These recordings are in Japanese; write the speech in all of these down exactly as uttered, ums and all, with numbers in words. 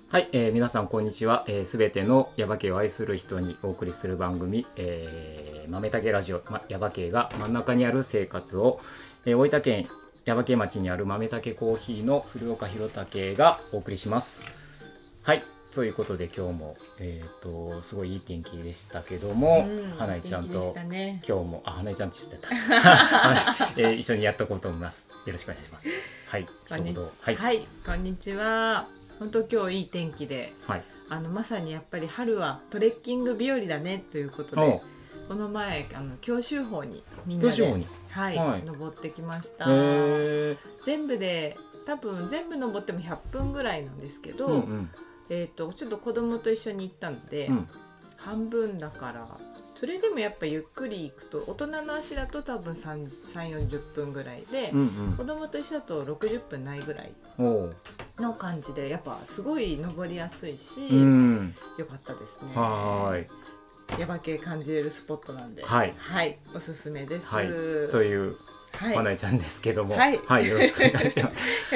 はい、えー、皆さんこんにちは。す、えー、べ、てのヤバ系を愛する人にお送りする番組、えー、豆竹ラジオ、ま、ヤバ系が真ん中にある生活を、えー、大分県耶馬渓町にある豆竹コーヒーの古岡弘武がお送りします。はい、ということで今日も、えー、とすごいいい天気でしたけども、 うん、 花井ちゃんと、 ね、 今日もあ花井ちゃんって言ってた、はい、えー、一緒にやっていこうと思います。よろしくお願いします。はい、 こんにちは。 はい、 はい、こんにちは。本当今日いい天気で、 はい、 あのまさにやっぱり春はトレッキング日和だねということで、この前あの強州峰にみんなで、はいはい、登ってきました。全部で多分全部登ってもひゃっぷんぐらいなんですけど、うんうん、えーと、ちょっと子供と一緒に行ったので、うん、半分だからそれでもやっぱゆっくり行くと大人の足だと多分さんじゅう、よんじゅっぷんぐらいで、うんうん、子供と一緒だとろくじゅっぷんないぐらいの感じでやっぱすごい登りやすいし、うん、よかったですね。はい、耶馬渓感じれるスポットなんで、はい、はい、おすすめです、 はい、という花井ちゃんですけども、 はい、 はい、よろしくお願いします。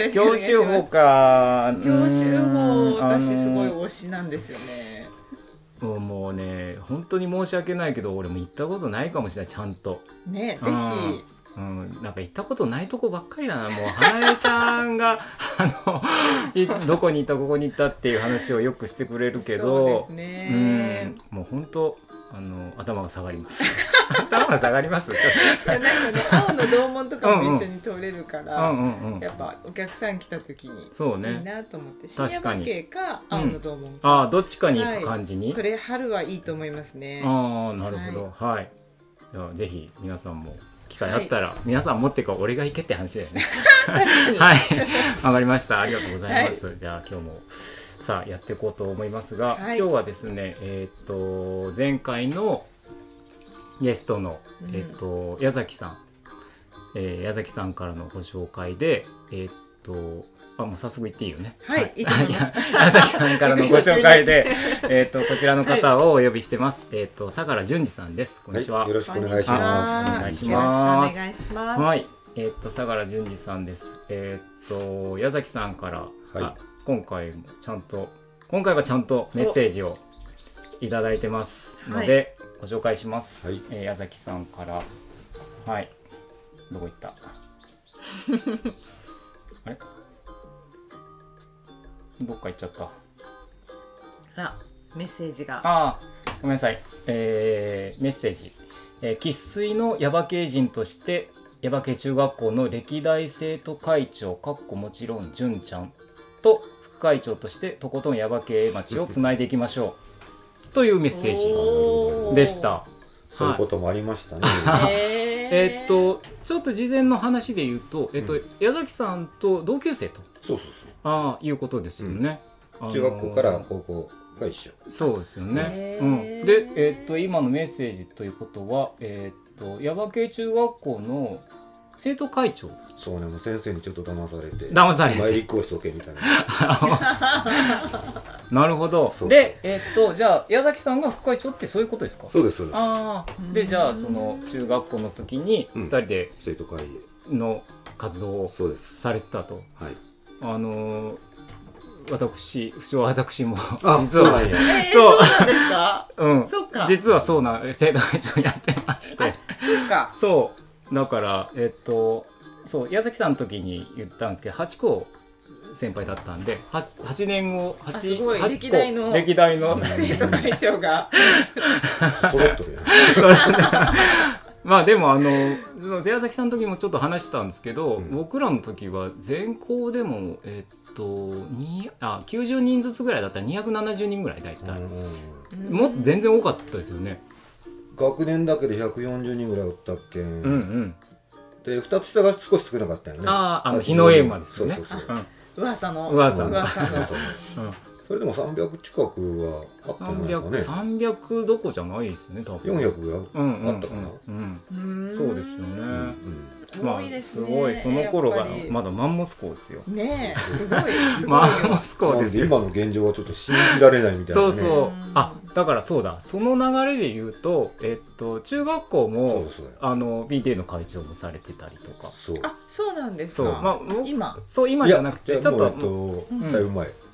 強州峰か、 強州峰私すごい推しなんですよね。 もうね本当に申し訳ないけど俺も行ったことないかもしれない。ちゃんとね、ぜひ、 うん、なんか行ったことないとこばっかりだな。もう花江ちゃんがあのどこに行ったここに行ったっていう話をよくしてくれるけど、 そうですね、 うん、もう本当あの頭が下がります頭が下がります。 なんかね、青の洞門とかも一緒に通れるから、うんうんうん、やっぱお客さん来た時にそう、ね、 いいなと思って、新山系か青の洞門か、うん、 ああどっちかに行く感じに、 はい、それ春はいいと思いますね。 ああなるほど、はい、はい、ではぜひ皆さんも機会あったら、はい、皆さん持ってか俺が行けって話だよねはいわかりました、ありがとうございます、はい、じゃあ今日もさあやっていこうと思いますが、はい、今日はですね、えー、と前回のゲストの、うん、えー、と矢崎さん、えー、矢崎さんからのご紹介で、えー、とあもう早速言っていいよね。 はい、はい、いいと思います。 矢崎さんからのご紹介でえとこちらの方をお呼びしてます。はい、えー、と相良淳二さんです。こんにちは、 はい、よろしくお願いします。 お願いします。 お願いします。 はい、えー、と相良淳二さんです。えー、と矢崎さんから、はい、今回もちゃんと今回はちゃんとメッセージをいただいてますので、はい、ご紹介します。はい、えー、矢崎さんからはいどこ行ったあれどっか行っちゃった。 あらメッセージがあごめんなさい、えー、メッセージ生粋、えー、の耶馬渓人として耶馬渓中学校の歴代生徒会長かっこもちろん純ちゃんと副会長としてとことん耶馬渓町をつないでいきましょうというメッセージでした。 そういうこともありましたね。 えーっとちょっと事前の話で言うと、えーっとうん、矢崎さんと同級生とそうそうそうあいうことですよね。 うん、中学校から高校が一緒。 そうですよね。うん、で、えーっと今のメッセージということは、えーっと耶馬渓中学校の生徒会長。 そうね、もう先生にちょっと騙されて騙されて前立候補しとけみたいななるほど。そうそうで、えー、っとじゃあ矢崎さんが副会長ってそういうことですか？ そうですそうです。 あでじゃあその中学校の時にふたりで生徒会の活動をされてたと。はい、あのー、私不詳私も実はそうなんや、えー、そうなんですか？ うん、そっか実はそうな生徒会長やってまして、 そうかそうだからえー、っとそう矢崎さんの時に言ったんですけどはちこ先輩だったんで 8, はちねんごはちすごい歴代の歴代の生徒会長が揃っとるやんまあでもあの矢崎さんの時もちょっと話したんですけど、うん、僕らの時は全校でもえっとにあきゅうじゅうにんずつぐらいだったらにひゃくななじゅうにんぐらい大体もっと全然多かったですよね。 学年だけでひゃくよんじゅうにんぐらいおったっけん、 うんうんでふたつ下が少し少なかったよね。 ああ、あの日の絵馬ですよね。 そうそうそう、 うん、噂の噂の噂の、うん、 それでもさんびゃく近くはあったんじゃないかね。 さんびゃくどこじゃないですね多分。 よんひゃくがあったかな。 うんうんうん、そうですよね。うんうんまあ、多いですね。 すごいその頃がまだマンモス校ですよ。 ねえすごいすごいマンモス校ですよ。 今の現状はちょっと信じられないみたいなね。 そうそう。あだからそうだその流れで言うとえっと中学校もそうそうあの ピーティー の会長もされてたりとか。 そうあそうなんですか。 そうまあ今そう今じゃなくてちょっと、 えっと、だいぶ前。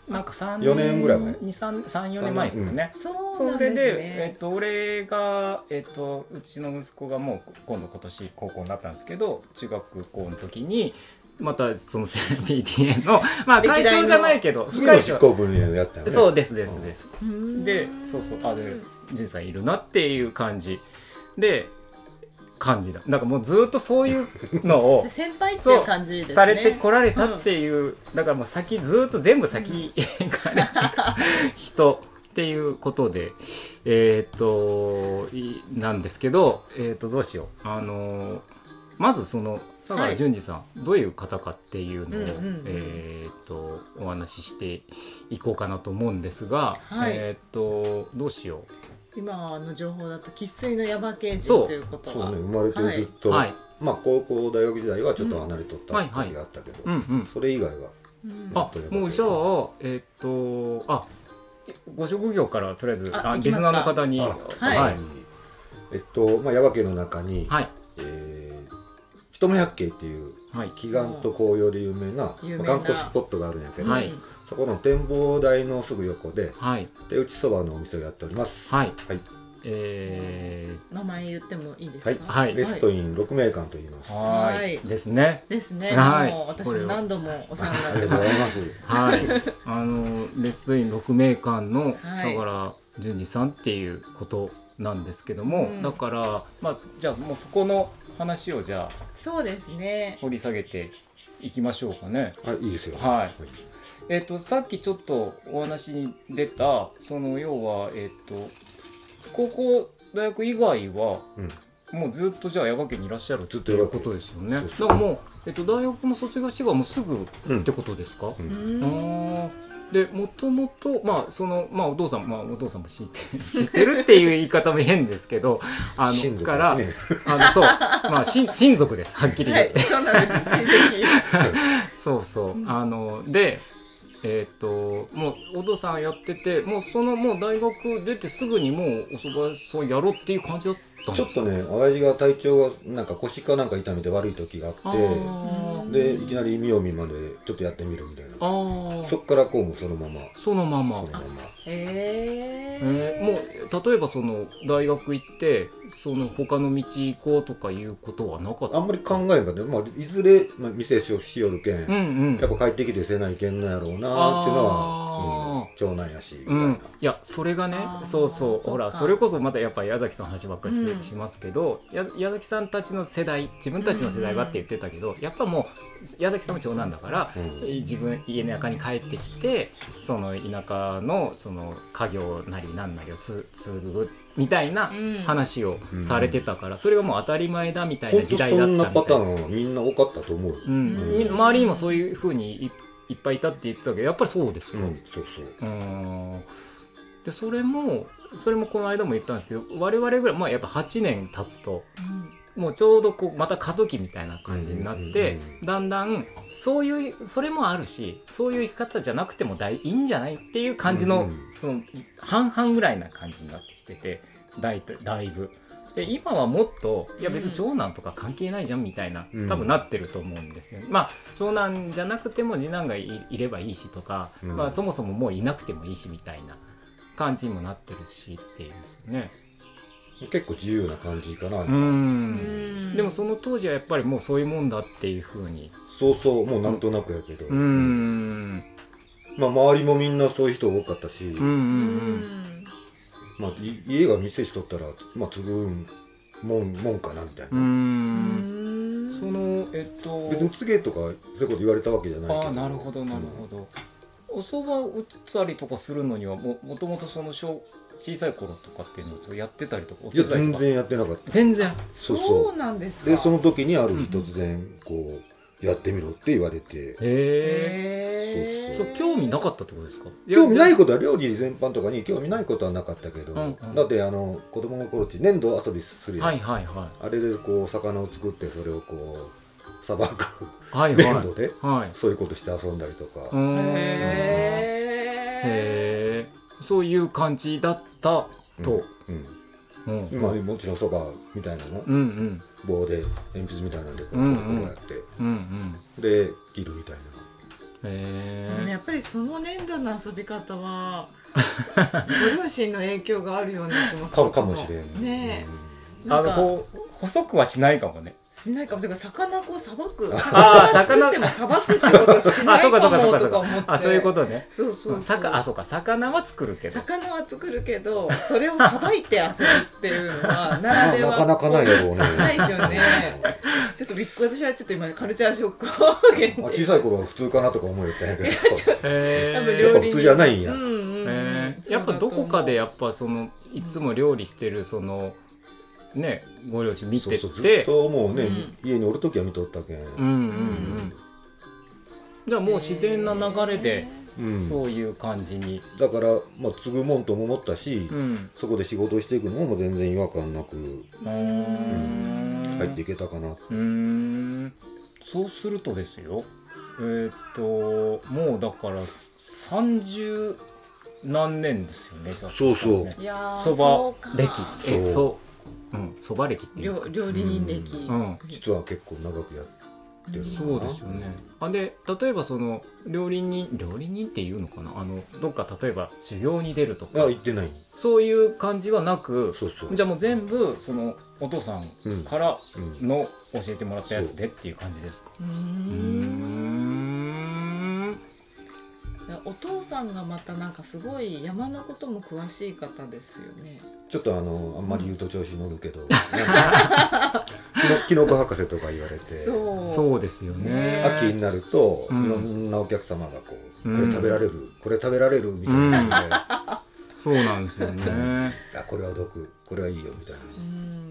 なんかさんよねんぐらい前にさん、さん、よねんまえですよね。 そうなんですね。 それで、えっと、俺が、えっと、うちの息子がもう今度今年高校になったんですけど、中学校の時にまたその ピーティーエー のまあ会長じゃないけど次の執行部にやったよね。 そうですですです、 うん、 でそうそうあでじいさんいるなっていう感じで感じだ。なんかもうずっとそういうのを先輩っていう感じですね。 されてこられたっていう、うん、だからもう先ずっと全部先行かれた人っていうことでえっ、ー、となんですけど、えっ、ー、とどうしようあのまずその相良淳二さん、はい、どういう方かっていうのを、うんうんうん、えっ、ー、とお話ししていこうかなと思うんですが、はい、えっ、ー、とどうしよう。 今の情報だと生粋の耶馬渓人ということはそうね、生まれてずっと、はい、まあ高校大学時代はちょっと離れとった時があったけど、うんはいはい、それ以外は、 うん、あもうじゃあえっ、ー、とあご職業からとりあえずあリスナーの方に、はいはい、えっとまあ耶馬渓の中に、はいえー、一目百景っていう奇岩と紅葉で有名な、有名な観光スポットがあるんやけど、はい、そこの展望台のすぐ横で、はい、手打ちそばのお店をやっております。はい。はい。 えー、名前言ってもいいですか？ はい。ベストイン鹿鳴館と言います。 はい。ですね。 ですね。はい。もう私も何度もお世話になってます。ありがとうございます。 はい。あのベストイン鹿鳴館の相良淳二さんっていうことなんですけども、うん、だからまあじゃあもうそこの話をじゃあそうですね。 掘り下げていきましょうかね。 はい、いいですよ。 はい。はいえー、とさっきちょっとお話に出たその要は、えー、と高校大学以外は、うん、もうずっとじゃあ耶馬渓にいらっしゃるっていうことですよね。そうそうだからもう、えー、と大学も卒業してからもうすぐってことですか？うん、あでもともとまあそのまあお父さんまあお父さんも知って知ってるっていう言い方も変ですけどあのから、ね、あのそうまあ親親族ですはっきり言って、はい、そうなんです親戚そうそう、うん、あのでえー、ともうお父さんやっててもうそのもう大学出てすぐにもうお蕎麦屋さんやろうっていう感じだったんですか？ ちょっとね親父が体調がなんか腰かなんか痛めて悪い時があってでいきなり見よう見までちょっとやってみるみたいなあそっからこうもそのままそのままそのままへえー、もう例えばその大学行ってその他の道行こうとかいうことはなかった？ あんまり考えんかった、まあ、いずれ、まあ、店しよるけん、うんうん、やっぱ帰ってきてせないけんのやろうなっていうのは、うん、長男やしみたいな、うん、いやそれがねそうそうそうほらそれこそまたやっぱり矢崎さんの話ばっかり し,、うん、しますけどや矢崎さんたちの世代自分たちの世代はって言ってたけど、うん、やっぱもう矢崎さんも長男だから、うん、自分家の中に帰ってきてその田舎のその家業なりなんなりをつ継ぐみたいな話をされてたから、うん、それがもう当たり前だみたいな時代だったみたいな。 本当そんなパターンはみんな多かったと思う、うんうん、周りにもそういう風に い, いっぱいいたって言ってたけどやっぱりそうですか？ うん、そうそううんでそれもそれもこの間も言ったんですけど我々ぐらい、まあ、やっぱはちねん経つと、うん、もうちょうどこうまた過渡期みたいな感じになって、うんうんうん、だんだんそういうそれもあるしそういう生き方じゃなくてもだいいいんじゃないっていう感じの、うんうん、その半々ぐらいな感じになってきててだい, だいぶで今はもっといや別に長男とか関係ないじゃんみたいな、うん、多分なってると思うんですよね。まあ長男じゃなくても次男が い, いればいいしとか、うんまあ、そもそももういなくてもいいしみたいな感じにもなってるしっていうですね。 結構自由な感じかな。 うんでもその当時はやっぱりもうそういうもんだっていう風にそうそうもうなんとなくやけどうん、うん、まあ周りもみんなそういう人多かったしうんうんうんまあ家が店しとったらまあ継ぐもんもんかなみたいなうんそのえっと別に継げとかそういうこと言われたわけじゃないけどあなるほどなるほど、うん、お蕎麦売ったりとかするのには も, もともとその小小さい頃とかっていうのをやってたりとかいや全然やってなかった全然そうそうそうなんですか。 でその時にある日突然こうやってみろって言われてへえそうそう興味なかったってことですか？ 興味ないことは料理全般とかに興味ないことはなかったけど、うんうん、だってあの子供の頃って粘土遊びするやん、はいはいはい、あれでこう魚を作ってそれをこうさばく、はいはい、粘土で、はい、そういうことして遊んだりとかへえそういう感じだったと、 うんうんうん、まあもちろんそばみたいなの、うんうん、棒で鉛筆みたいなんでこう、うんうん、こうやって、うんうん、で切るみたいなへでもやっぱりその粘土の遊び方はご両親の影響があるような気もするかもしれんね。 うん、あのこう細くはしないかもね。 しないかも。だから魚こうさばく。 ああ、 魚作ってもさばくってことしないかもとか思って。 あ、そういうことね。 そうそうそう。 あ、そうか。魚は作るけど。 魚は作るけど、それをさばいて遊ぶっていうのはならでは。 なかなかないだろうね。 ないですよね。ちょっとびっくり。私はちょっと今カルチャーショックを受けて。 小さい頃は普通かなとか思えたんやけど。 えー、やっぱ普通じゃないんや。 うんうんうんえー、やっぱどこかでやっぱそのいつも料理してるその。ね、ご両親見ててそうそうずっともうね、うん、家におるときは見とったけん、うんうんうん、 じゃあもう自然な流れでそういう感じに、 うん、だから、まあ、継ぐもんとも思ったし、うん、そこで仕事をしていくのも全然違和感なく、うん、入っていけたかな。 うーん、そうするとですよ、えー、っともうだからさんじゅうなんねんですよね。 そうそう、 そば歴、えそううん、そば歴っていうんですか、 料理人歴、うん、 実は結構長くやってるのかな。 そうですよね。あで例えばその料理人料理人っていうのかな、あのどっか例えば修行に出るとか、 あ行ってない、 そういう感じはなく、 そうそう、 じゃあもう全部そのお父さんからの教えてもらったやつでっていう感じですか。 うーん、うーん、お父さんがまたなんかすごい山のことも詳しい方ですよね。 ちょっとあのあんまり言うと調子乗るけど、きのこ博士とか言われて、 そうそうですよね。 秋になると、うん、いろんなお客様がこう、うん、これ食べられる、これ食べられるみたいな感じで、 うん、そうなんですよね。 あ、これは毒、これはいいよみたいな。 うん、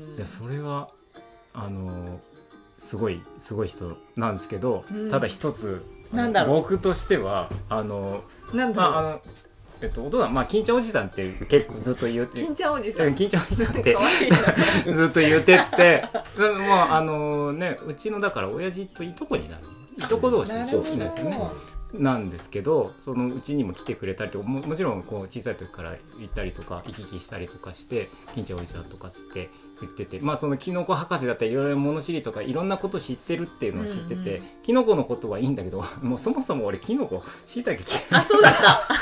いやそれはあのすごいすごい人なんですけど、うん、ただ一つなんだろう、 僕としてはあのなんだろう、 まあ、あのえっと、お父さん、まあ、金ちゃんおじさんって結構ずっと言って、 金ちゃんおじさん、 金ちゃんおじさんってずっと言ってってもうあのね、うちのだから親父といとこになる、いとこ同士なんですよね。なんですけど、そのうちにも来てくれたりとか も, もちろんこう小さい時から行ったりとか行き来したりとかして金ちゃんおじさんとかつって言ってて、まあそのキノコ博士だったりいろいろ物知りとかいろんなこと知ってるっていうのを知ってて、うんうん、キノコのことはいいんだけど、もうそもそも俺キノコしいたけ嫌い。 あ、そうだった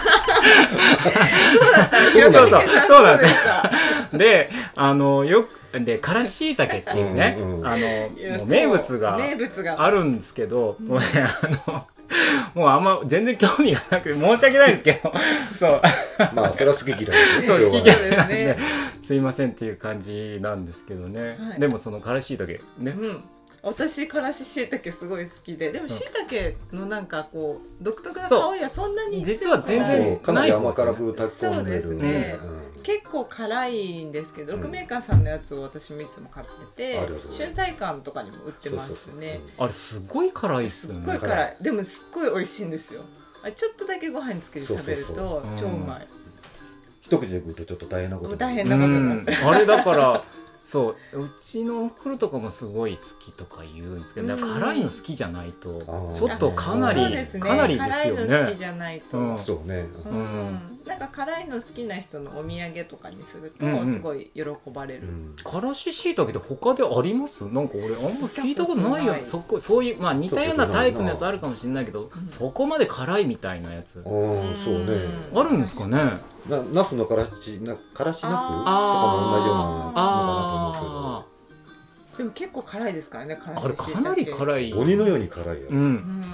そうだったそうそうそうそうなんですよ。で、あのよくでからしいたけっていうね、うんうん、あのもう名物があるんですけど、もうね、あのもうあんま全然興味がなくて申し訳ないですけどそうまあそれは好き嫌いですそう好き嫌いなんで、すいませんっていう感じなんですけどね、はい、でもそのからしいたけね、 うん、私からししいたけすごい好きで、でもしいたけのなんかこう独特な香りはそんなに実は全然かなり甘辛く炊き込んでる。 そうですね、うん、結構辛いんですけど、ロックメーカーさんのやつを私もいつも買ってて、うん、春菜館とかにも売ってますね。 あれすごい辛いっすよね。 すっごい辛い。でもすっごい美味しいんですよ。あれちょっとだけご飯につけて食べると超うまい。 一口で食うとちょっと大変なこと大変なことになる。 あれだからそううちのおふくろとかもすごい好きとか言うんですけど、うん、辛いの好きじゃないとちょっとかなり、ね、かなりですよね。 辛いの好きじゃないと、 うん、そうね、 うんうん、なんか辛いの好きな人のお土産とかにするとすごい喜ばれる、うんうん、 からししいたけって他であります？なんか俺あんま聞いたことないよ。そこそういうまあ似たようなタイプのやつあるかもしれないけど、うん、そこまで辛いみたいなやつ、 あーそうね、 あるんですかね。 なナスのからしなからしナスとかも同じようなのかなと思うけど。 でも結構辛いですからね、からしあれかなり辛い、 鬼のように辛いよ、 うんうん、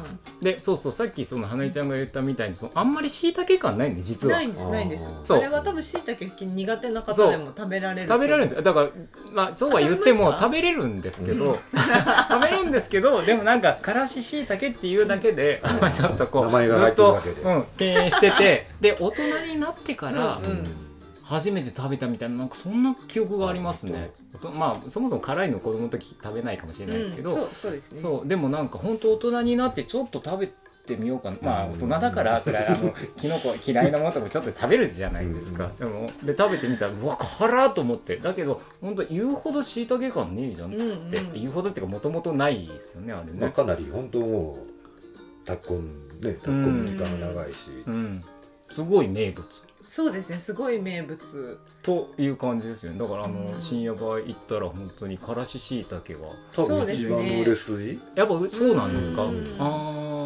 でそうそうさっきその花江ちゃんが言ったみたいにそのあんまりしいたけ感ないんで実はないんですないんです。あれは多分しいたけ苦手な方でも食べられる食べられるんですだから、まあ、そうは言っても食べれるんですけど食べれるんですけどでもなんかからししいたけっていうだけで、うん、ちょっとこう名前が入ってるわけで、 ずっと、うん、敬遠しててで大人になってからうん、うん初めて食べたみたいな、なんかそんな記憶がありますね。まあそもそも辛いの子供の時食べないかもしれないですけど、うん、 そうそうですね。 そうでもなんか本当大人になってちょっと食べてみようかな。まあ大人だからそれはあのキノコ嫌いなものとかちょっと食べるじゃないですか。でもで食べてみたらうわ辛っと思って、だけど本当言うほどしいたけ感ねえじゃんっつって、うんうん、言うほどっていうかもともとないですよねあれね。 まあ、かなり本当もう炊き込んね炊き込む時間が長いし、 うんうん、すごい名物。 そうですね、すごい名物という感じですよね。だからあの、うん、深夜場行ったら本当にからししいたけは多分一番の売れ筋、 やっぱそうなんですか、 うん、 あやっ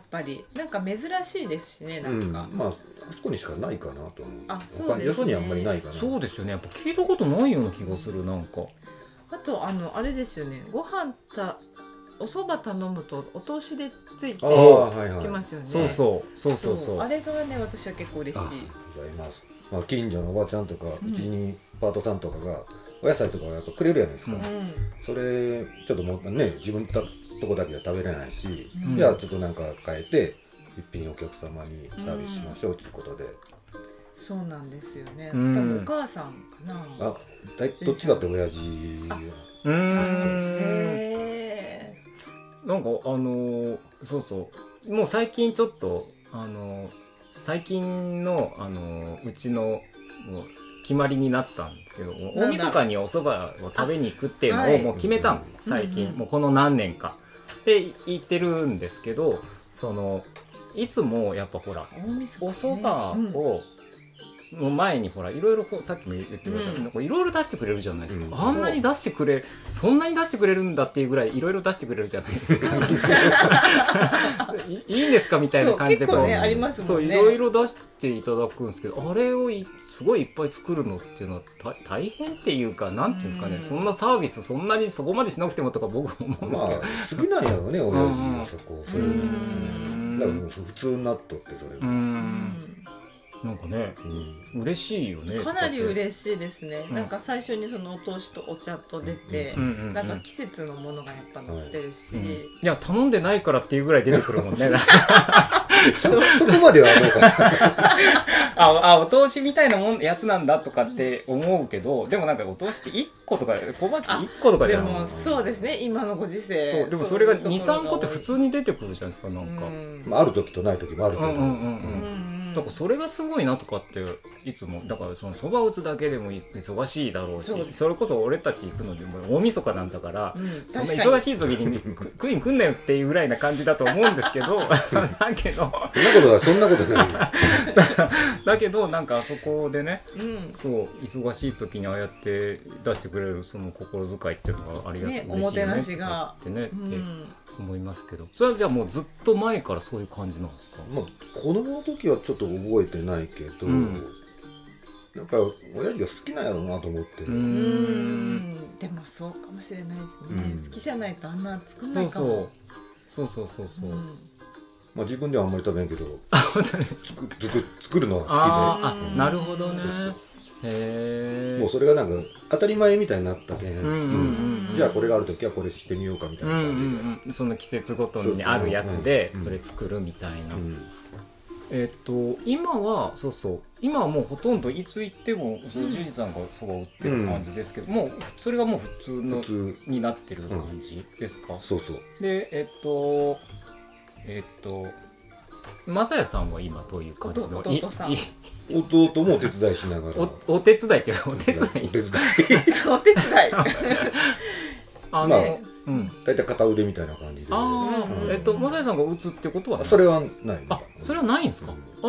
ぱりなんか珍しいですしね、なんか、 うん、まああそこにしかないかなと思う。 あ、そうですね、 よそにあんまりないかな。 そうですよね、やっぱ聞いたことないような気がする。なんかあとあのあれですよね、ご飯たお蕎麦頼むとお通しでついてきますよね。 そうそうそうそうそう、 あれがね私は結構嬉しい。ありがとうございます。まあ、近所のおばちゃんとかうち、にパートさんとかがお野菜とかやっぱくれるじゃないですか、うん、それちょっともうね自分たとこだけで食べれないし、うん、じゃあちょっとなんか変えて一品お客様にサービスしましょうということで、うん、 そうなんですよね、うん、多分お母さんかなあ、だいどっちかって親父。 うーん、へー、なんかあのー、そうそうもう最近ちょっとあのー、最近のあのー、うちのもう決まりになったんですけど、大晦日にお蕎麦を食べに行くっていうのをもう決めたの、最近、うんうん、もうこの何年かで言ってるんですけど、そのいつもやっぱほら、ね、お蕎麦を、うん、前にほらいろいろさっきも言ってくれたけどいろいろ出してくれるじゃないですか、うん、あんなに出してくれそんなに出してくれるんだっていうぐらいいろいろ出してくれるじゃないですかい, いいんですかみたいな感じでこう、 そう結構ねありますもんね、 そういろいろ出していただくんですけど、あれをいすごいいっぱい作るのっていうのは大変っていうかなんていうんですかね、うん、そんなサービスそんなにそこまでしなくてもとか僕も思うんですけど、 まあ好きなんやろね親父はそこ、それだからもう普通になっとってそれ、うんなんかね、うん、嬉しいよね。 かなり嬉しいですね、うん、なんか最初にそのお通しとお茶と出て、うんうんうん、なんか季節のものがやっぱ載ってるし、はい、うん、いや頼んでないからっていうぐらい出てくるもんねそ, そこまではもうああお通しみたいなもんやつなんだとかって思うけど、でもなんかお通しっていっことか小鉢いっことかじゃない。 でもそうですね、今のご時世。 そうでもそれが にさんこって普通に出てくるじゃないですか、なんか、うん、 まあ、ある時とない時もあるけど、うんうんうんうんうん、だからそれがすごいなとかっていつもだからそのそば打つだけでも忙しいだろうし、 そ, それこそ俺たち行くのでも大晦日なんだから、うん、そんな忙しい時に食いに来んなよっていうぐらいな感じだと思うんですけどだけどそんなことはそんなことないだけどなんかあそこでね、うん、そう忙しい時にああやって出してくれるその心遣いっていうのがありがたい、ね、 おもてなしがってね、うん、って思いますけど、それはじゃあもうずっと前からそういう感じなんですか？ まあ、子供の時はちょっと覚えてないけど、うん、なんか親父が好きなんやろうなと思って。うーん、でもそうかもしれないですね、うん、好きじゃないとあんな作んないかも。 そうそうそうそうそうそう、うん、 まあ、自分ではあんまり食べんけど作, 作るのは好きで。 ああ、なるほどね。そうそう、 へもうそれがなんか当たり前みたいになったけん、うんうんうんうん、じゃあこれがあるときはこれしてみようかみたいな感じで、うんうんうん、その季節ごとにあるやつでそれ作るみたいな、うんうん、えっと今はそうそう今はもうほとんどいつ行ってもそのジュリさんがそばを売ってる感じですけど、うん、もうそれがもう普通のになってる感じですか？ うん、そうそう。 でえっとえっとまさやさんは今どういう感じの弟さん弟もお手伝いしながらお, お手伝いっていうかお手伝いお手伝いお手伝いあの、まあ、うん、だいたい片腕みたいな感じで。 あ、うん、えっとまさやさんが打つってことはそれはない。 あ、それはないんですか？うん、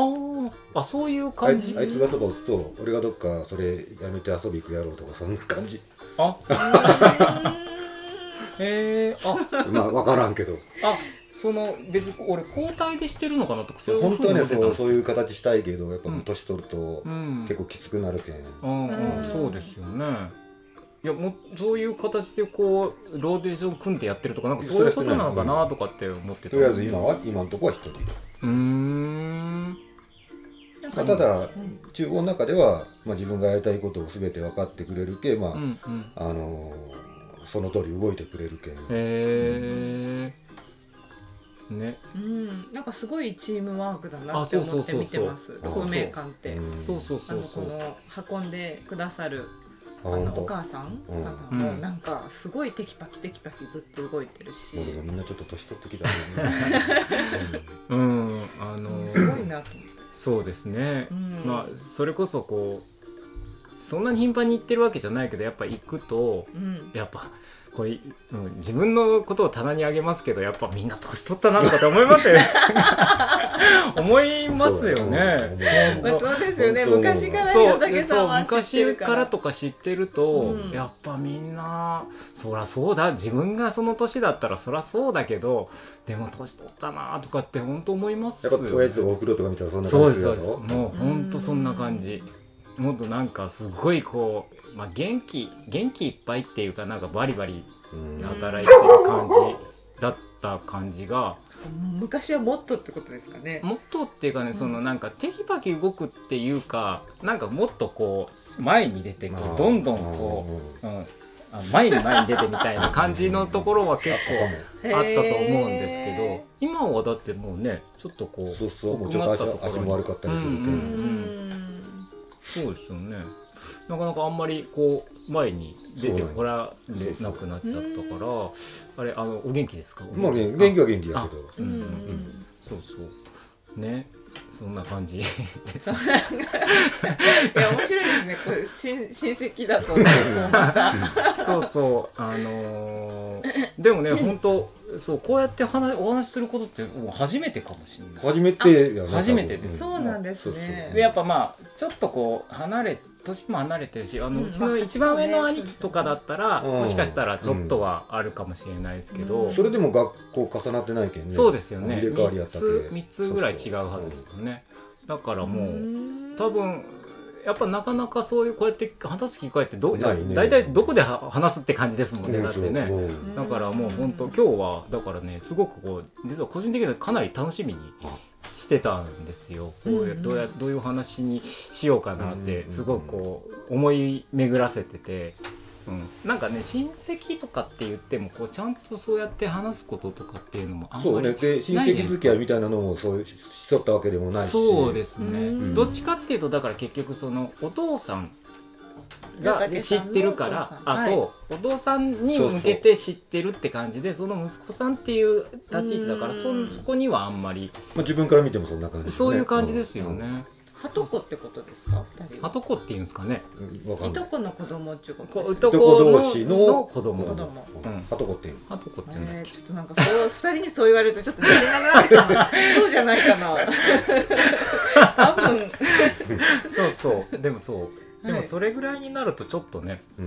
ああ、そういう感じ。 あいつがそば打つと俺がどっかそれやめて遊び行くやろうとかそんな感じ。 あへえー、あまあ分からんけど、 あその別に俺交代でしてるのかなとか、 そう本当はね、そうそういう形したいけどやっぱ年取ると結構きつくなるけん、 うんうんうん、そうですよね。いやもうそういう形でこうローテーション組んでやってるとかなんかそういうことなのかなとかって思ってた。 とりあえず今は今のところは一人。 うーん、 まあ、ただ、うん、厨房の中では、まあ、自分がやりたいことを全て分かってくれるけ、まあうんうん、あのー、その通り動いてくれるけん。へーね、 うん、なんかすごいチームワークだなって思って見てます。透明感って、 そうそうそうそう、 あのこの運んでくださるあのお母さん、うん、もうなんかすごいテキパキテキパキずっと動いてるし、 俺がみんなちょっと年取ってきたねうん、あのー、 すごいなと思って。 そうですね、うん、まあそれこそこうそんなに頻繁に行ってるわけじゃないけどやっぱ行くと、うん、やっぱこれ、うん、自分のことを棚にあげますけどやっぱみんな年取ったなとかって思いますよね思いますよね。 そう、そうですよね。昔から弘武さんは知ってるから、 昔からとか知ってると、うん、やっぱみんなそらそうだ、自分がその年だったらそらそうだけどでも年取ったなとかって本当思いますよね。 やっぱ親父とかお風呂とか見たらそんな感じだろ。 そうですそうです。もう本当そんな感じ。もっとなんかすごいこう、まあ、元気元気いっぱいっていうかなんかバリバリ働いてる感じだった感じが、 昔はもっとってことですかね。 もっとっていうかね、うん、そのなんかテキパキ動くっていうかなんかもっとこう前に出てこうどんどんこう、うん、あ前に前に出てみたいな感じのところは結構あったと思うんですけど、今はだってもうねちょっとこうそうそう、もうちょっと 足, 足も悪かったりするけど、うんうんうん、 そうですよね。なかなかあんまりこう前に出てこられなくなっちゃったから、あれあのお元気ですか？ まあ元気は元気だけど、 うんうんうん、そうそうね、そんな感じですいや面白いですね。これ親親戚だと、ね、またそうそうあのー、でもね本当そうこうやって話お話しすることってもう初めてかもしれない。 初めてやな。初めてです。 そうなんですね。そうそうでやっぱまあちょっとこう離れ年も離れてるし、あの、うん、うちの一番上の兄貴とかだったら、うん、もしかしたらちょっとはあるかもしれないですけど、 うん、それでも学校重なってないけんね。 そうですよね。 入れ替わりやったっけ。 みっつぐらい違うはずですよね。だからもう多分やっぱなかなかそういうこうやって話す機会ってどだいたいどこで話すって感じですもんね、うん、だってね、うん、だからもう本当今日はだからねすごくこう実は個人的にはかなり楽しみにしてたんですよ。こういうどうやどういう話にしようかなってすごくこう思い巡らせてて、うん、なんかね親戚とかって言ってもこうちゃんとそうやって話すこととかっていうのもあんまりそうね。で親戚付き合いみたいなのもそうしとったわけでもないし、 そうですね、うん、どっちかっていうとだから結局そのお父さんが知ってるからあと、はい、お父さんに向けて知ってるって感じで、 そ, その息子さんっていう立ち位置だから そ, そこにはあんまり、 まあ、自分から見てもそんな感じですね。 そういう感じですよね、うんはとこってことですか？ふたりは。 はとこっていうんですかね。 いとこの子供っていうことですか？いとこ同士の子供。 子供。うん。はとこっていう。 はとこっていうんだっけ。 ちょっとなんかそうふたりにそう言われるとちょっと自信なくなってきた。そうじゃないかな。多分。 そうそう。でもそう。でもそれぐらいになるとちょっとね、はい、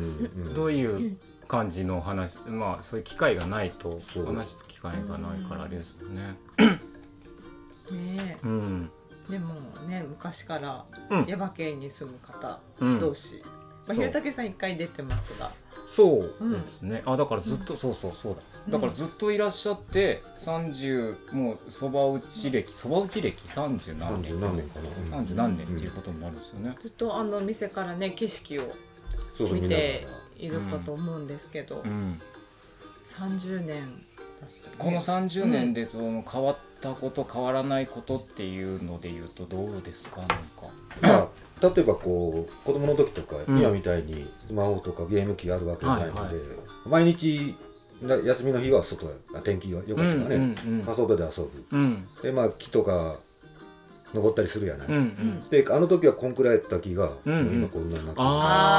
どういう感じの話、まあそういう機会がないと話す機会がないからあれですよね。 ねえ。 うん。 でもね昔から耶馬渓に住む方同士、うんまあ、弘武さん一回出てますがそうですね、うん、あだからずっと、うん、そうそうそうだだからずっといらっしゃってさんじゅうもうそば打ち歴そば打ち歴さんじゅう何年何年かなさんじゅう何年っていうことになるんですよね、 うん、ずっとあの店からね景色を見ているかと思うんですけど、うんうん、さんじゅうねんこのさんじゅうねんでその変わったこと変わらないことっていうのでいうとどうですか？なんか、 まあ、例えばこう子供の時とか、うん、今みたいにスマホとかゲーム機があるわけじゃないので、はいはい、毎日休みの日は外へ天気が良かったらね、うんうんうん、外で遊ぶ、うん、でまあ木とか登ったりするやない、うんうん、であの時はこんくらいやった木が、うんうん、もう今こんなになってる、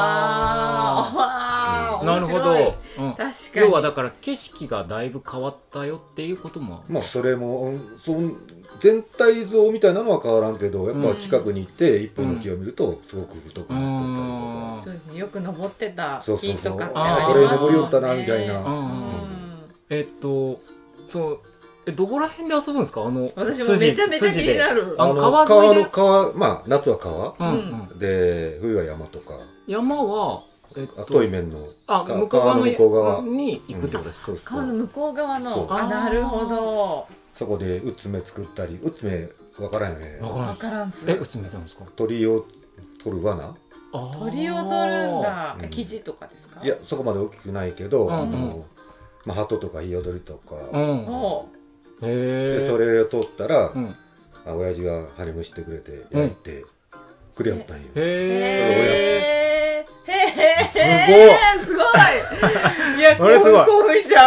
ああ、 なるほど、 うん、確かに要はだから景色がだいぶ変わったよっていうこともまあそれも、うん、そ全体像みたいなのは変わらんけどやっぱ近くに行って一本の木を見るとすごく太くなってたりとか、 うん、そうですね、よく登ってた木とかってあこれ登り寄ったなみたいな、うんうん、えっとそうえどこら辺で遊ぶんですか？あの私もめちゃめちゃ気になる。 あの川川の川、まあ夏は川、うんうん、で冬は山とか。 山はえっと遠い面のあ向こう側の向こう側に行くってことですか？うん、 川の向こう側のあなるほど。 そこでうつめ作ったりうつめわからんよね。 わからんす。 えうつめなんですか？ 鳥を取る罠。 鳥を取るんだ。うん、生地とかですか？ いやそこまで大きくないけど、うんうん、あのまあ鳩とかヒヨドリとか。うんへでそれを取ったら、うん、あ親父が羽むしてくれて焼いてくれよったんよ、うん、 へそれおやつすごいすごいいや興奮興奮しちゃ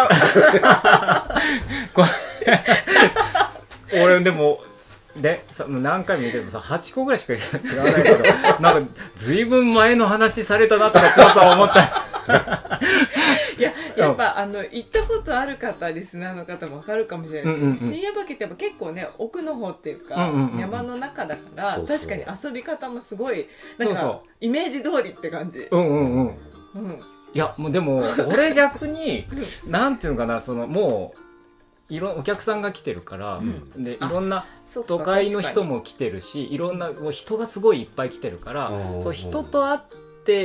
う俺でもで何回も見てもさはちこぐらいしか知らないけどなんかずいぶん前の話されたなとかちょっと思ったいややっぱあの行ったことある方リスナーの方も分かるかもしれないですけど、うんうんうん、深夜バケってやっぱ結構ね奥の方っていうか、うんうんうん、山の中だからそうそう確かに遊び方もすごいなんかそうそうイメージ通りって感じ。 うんうんうん、うん、いやもうでも俺逆になんていうのかなそのもういろお客さんが来てるから、うん、でいろんな都会の人も来てるしいろんなもう人がすごいいっぱい来てるからそう人と会って、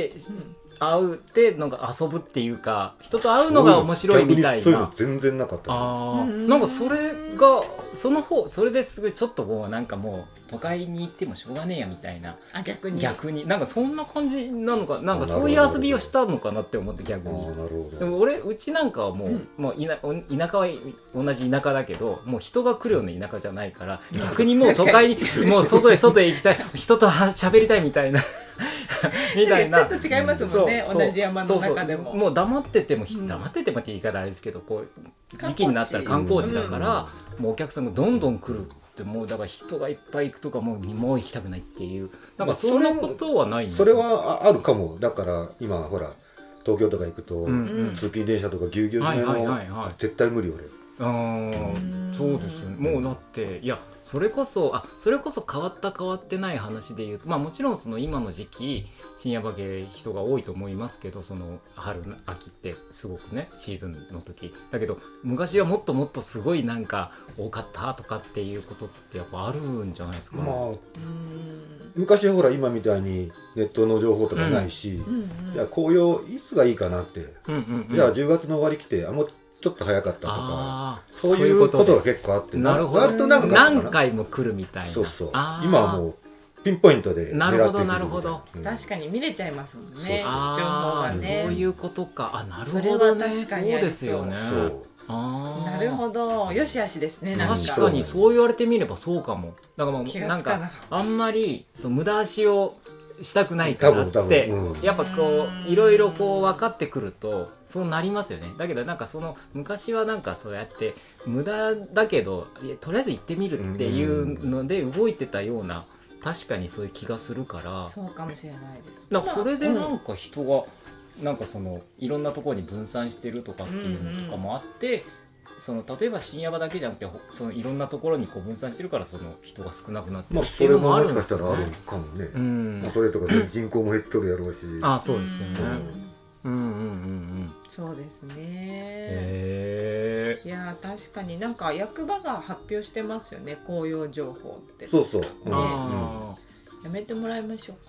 うん会うってなんか遊ぶっていうか人と会うのが面白いみたいな。 そういうの全然なかった。 あなんかそれがその方それですごいちょっともうなんかもう都会に行ってもしょうがねえやみたいな。 あ逆に逆になんかそんな感じなのかなんかそういう遊びをしたのかなって思って逆に。 あなるほど。 でも俺うちなんかはもう、うん、もう田田舎は同じ田舎だけどもう人が来るような田舎じゃないから逆にもう都会にもう外へ外へ行きたい人と喋りたいみたいな。みたいなちょっと違いますもんね、同じ山の中でも。 そうそうもう黙ってても、うん、黙っててもって言い方あれですけどこう時期になったら観光地だから、うん、もうお客さんがどんどん来るってもうだから人がいっぱい行くとかもうもう行きたくないっていうなんかそんなことはないんだ。 それはあるかも。だから今ほら東京とか行くと、うんうん、通勤電車とかぎゅうぎゅう詰めの、はいはいはいはい、絶対無理俺。 あそうですよね。もうだっていやそれこそあそれこそ変わった変わってない話で言うとまあもちろんその今の時期深夜バケ人が多いと思いますけどその春秋ってすごくねシーズンの時だけど昔はもっともっとすごいなんか多かったとかっていうことってやっぱあるんじゃないですか、ね。まあうん昔はほら今みたいにネットの情報とかないし、うんうんうん、いや紅葉いつがいいかなって、うんうんうん、じゃあじゅうがつの終わり来てあもうちょっと早かったとかそういうことが結構あってなるほど割と長かったかな何回も来るみたいな。 そうそう今はもうピンポイントで狙っていくみたいな。なるほどなるほど、 うん、確かに見れちゃいますもんね。そうそう情報がねそういうことか。あなるほどね。確かにそうですよね。そうあなるほどよしあしですね。なんか確かにそう言われてみればそうかも。だからもうなんかあんまりその無駄足をしたくないからって、うん、やっぱこういろいろこう分かってくるとそうなりますよね。だけどなんかその昔はなんかそうやって無駄だけどとりあえず行ってみるっていうので動いてたような確かにそういう気がするからそうかもしれないです。 だからそれでなんか人がなんかそのいろんなところに分散してるとかっていうのとかもあって、うんうんその例えば深夜場だけじゃなくてそのいろんなところにこう分散してるからその人が少なくなってるっていうのもあるんですね。 まあそれももしかしたらあるかもね、うんまあ、それとか人口も減っとるやろうしあそうですよね、うん、うんうんうんうんそうですね。へいや確かになんか役場が発表してますよね紅葉情報って。 そうそう、ねうん、あやめてもらいましょう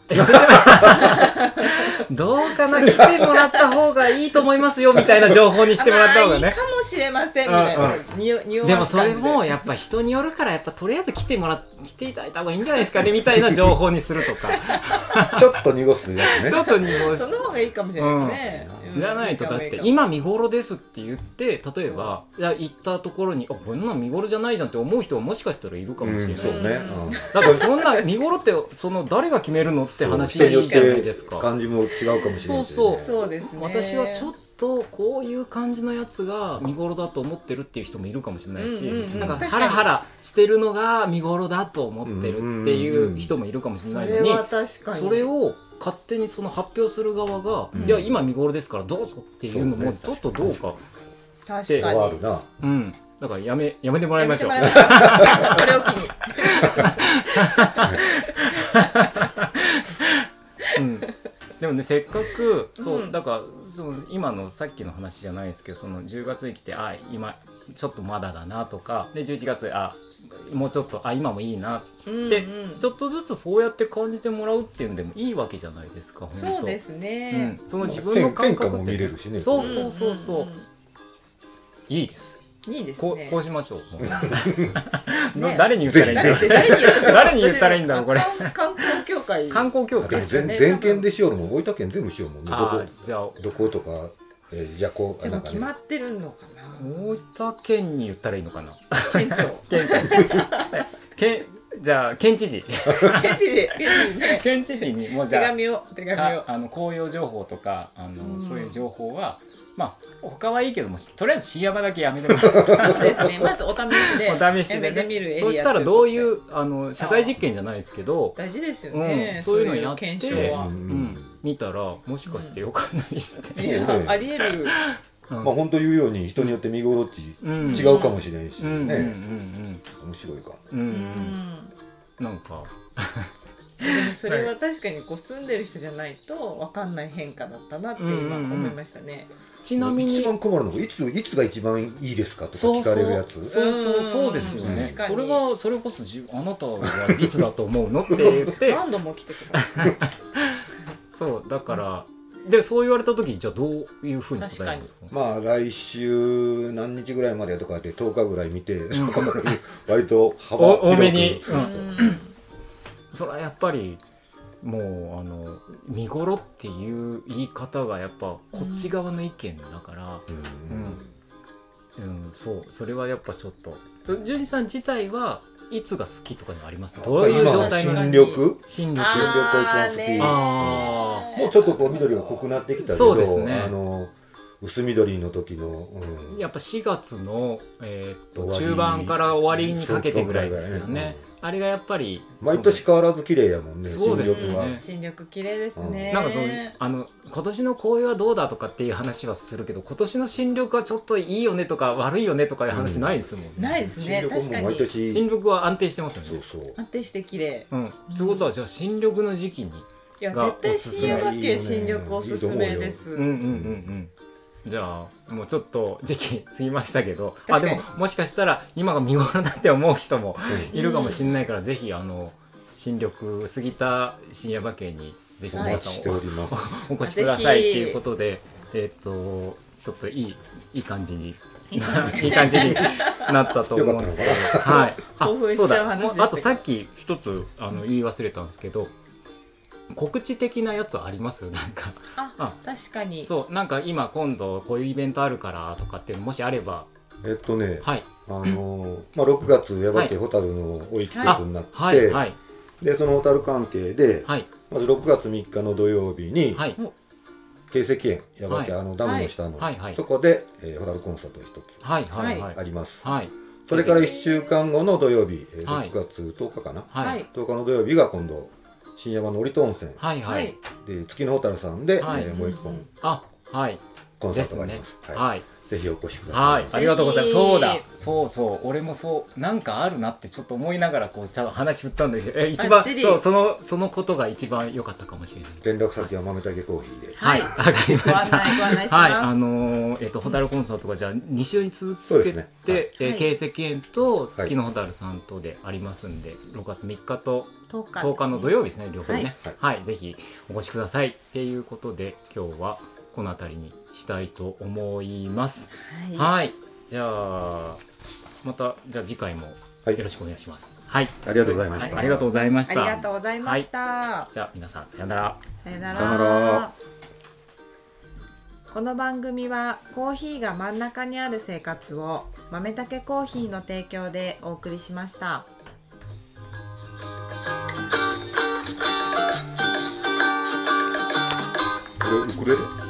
どうかな来てもらった方がいいと思いますよみたいな情報にしてもらった方がね、まあ、いいかもしれませんみたいな、うんうん、 でもそれもやっぱ人によるからやっぱとりあえず来てもら来ていただいた方がいいんじゃないですかねみたいな情報にするとかちょっと濁すやつねちょっと濁すその方がいいかもしれないですね、 うん、じゃないとだって今見頃ですって言って例えばいや行ったところにあこんな見頃じゃないじゃんって思う人はもしかしたらいるかもしれない、うん、そうですね、うん、だからそんな見頃ってその誰が決めるのって話じゃないですか。 感じも違うかもしれない、ね、 そうそうそうですね。 私はちょっとこういう感じのやつが見頃だと思ってるっていう人もいるかもしれないし、うんうんうん、なんかハラハラしてるのが見頃だと思ってるっていう人もいるかもしれないのに、うんうんうん、それは確かにそれを勝手にその発表する側が、うん、いや今見頃ですからどうぞっていうのもちょっとどうか確かに、 うん、だからやめやめてもらいましょう。これを機にうん、でもねせっかくそう、うん、だからその今のさっきの話じゃないですけどそのじゅうがつに来てあ今ちょっとまだだなとかでじゅういちがつあもうちょっとあ今もいいなって、うんうん、ちょっとずつそうやって感じてもらうっていうのでもいいわけじゃないですか。 そうですね、 うん、その自分の感覚っても見れるしね。 そうそうそうそう、うんうん、いいですいいですね。こう、こうしましょう。 ね、 誰に言ったらいいんだろう。誰に言ったらいいんだろうこれ。 観光協会。 観光協会。 全全県でしようのも大分県全部しようもんね。どこじゃあどことか、えー、じゃこうなんか、ね、決まってるのかな。 大分県に言ったらいいのかな。 県庁。 県庁。県じゃあ県知事。 県知事。 県知事にもうじゃあ手紙を手紙をあの紅葉情報とかあの、うん、そういう情報は。まあ他はいいけどもとりあえず深夜場だけやめてもらう。 そうですね。まずお試しでお試しで、ね、 見るエリアそうしたらどういうあの社会実験じゃないですけど大事ですよね、 うん、そういうのやってそういう検証は、 うん、見たらもしかしてよかったりして、 うん、ありえるうん、まあ本当言うように人によって見頃って違うかもしれんしね、うんうんうんうん、面白いかも、うんうん、 なんかでもそれは確かにこう住んでる人じゃないと分かんない変化だったなって今思いましたね、うんうんうん、 ちなみに一番困るのがいついつが一番いいですかとか聞かれるやつ。 そうそうそうそうですよね。それがそれこそあなたはいつだと思うのって言って何度も来てください。 そうだから、でそう言われた時じゃあどういうふうに答えるんですか。 まあ来週何日ぐらいまでとかでとおかぐらい見て割と幅広く多めに、うん、それはやっぱりもうあの見頃っていう言い方がやっぱこっち側の意見だから、うんうんうん、そうそれはやっぱちょっとジュリさん自体はいつが好きとかにあります？どういう状態の新緑新緑が一番好き。あもうちょっとこう緑が濃くなってきたけど、 そうですね、 あの薄緑の時の、 うん、やっぱしがつの、えー、っと中盤から終わりにかけてぐらいですよね。あれがやっぱり毎年変わらず綺麗やもんね。 そうですね。 新緑綺麗ですね。 なんかそのあの今年の紅葉はどうだとかっていう話はするけど、今年の新緑はちょっといいよねとか悪いよねとかいう話ないですもんね。 うん、ないですね。確かに新緑は安定してますよね。 そうそう。 安定して綺麗。 うん。ということはじゃあ新緑の時期にいや絶対新山家新緑おすすめです。 うんうんうんうん。じゃあもうちょっと時期過ぎましたけど、あでももしかしたら今が見頃だって思う人もいるかもしれないから、うん、ぜひあの新緑過ぎた深夜馬券にぜひ皆さん お, お越しくださいっていうことで、えっ、ー、とちょっといいいい感じにいい感じになったと思うんですけど、はい。あ、そうだ。あとさっき一つあの言い忘れたんですけど。告知的なやつあります？なんかああ確かにそうなんか今今度こういうイベントあるからとかっていうのもしあればえっとね、 はい、 あのまあ、ろくがつ耶馬渓ホタルのおい季節になって、はいはい、でそのホタル関係で、はい、まずろくがつみっかの土曜日に、はい、慶石園耶馬渓、はい、あのダムの下の、はいはい、そこで、えー、ホタルコンサート一つあります、はいはい、それからいっしゅうかんごの土曜日、えー、ろくがつとおかかな、はい、とおかの土曜日が今度新山の折戸温泉、はいはい、で月のホタルさんで、はいえー、もう一本、 あ、はい、 コンサートがあります。はいはい、ぜひお越しください。 はい、ありがとうございます。そうだ、そうそう、俺もそうなんかあるなってちょっと思いながらこうちゃんと話振ったんだけど、え一番そうそのそのことが一番良かったかもしれない。 連絡先は豆たけコーヒーで。 はい、わ、はい、かりました。はい、あのー、えっ、ー、とホタルコンサートがじゃあに週に続けて、ねはい、えー、慶石園と月のホタルさんとでありますんで、はい、ろくがつみっかととおかの土曜日ですね、両方ね、はい、はい、ぜひお越しくださいっていうことで今日はこの辺りにしたいと思います。はい、はい、じゃあまたじゃあ次回もよろしくお願いします。はい、 ありがとうございました。 はい、ありがとうございました。 ありがとうございました。 はい、じゃあ皆さんさよなら。 さよなら。この番組はコーヒーが真ん中にある生活を豆たけコーヒーの提供でお送りしました。 ウクレレ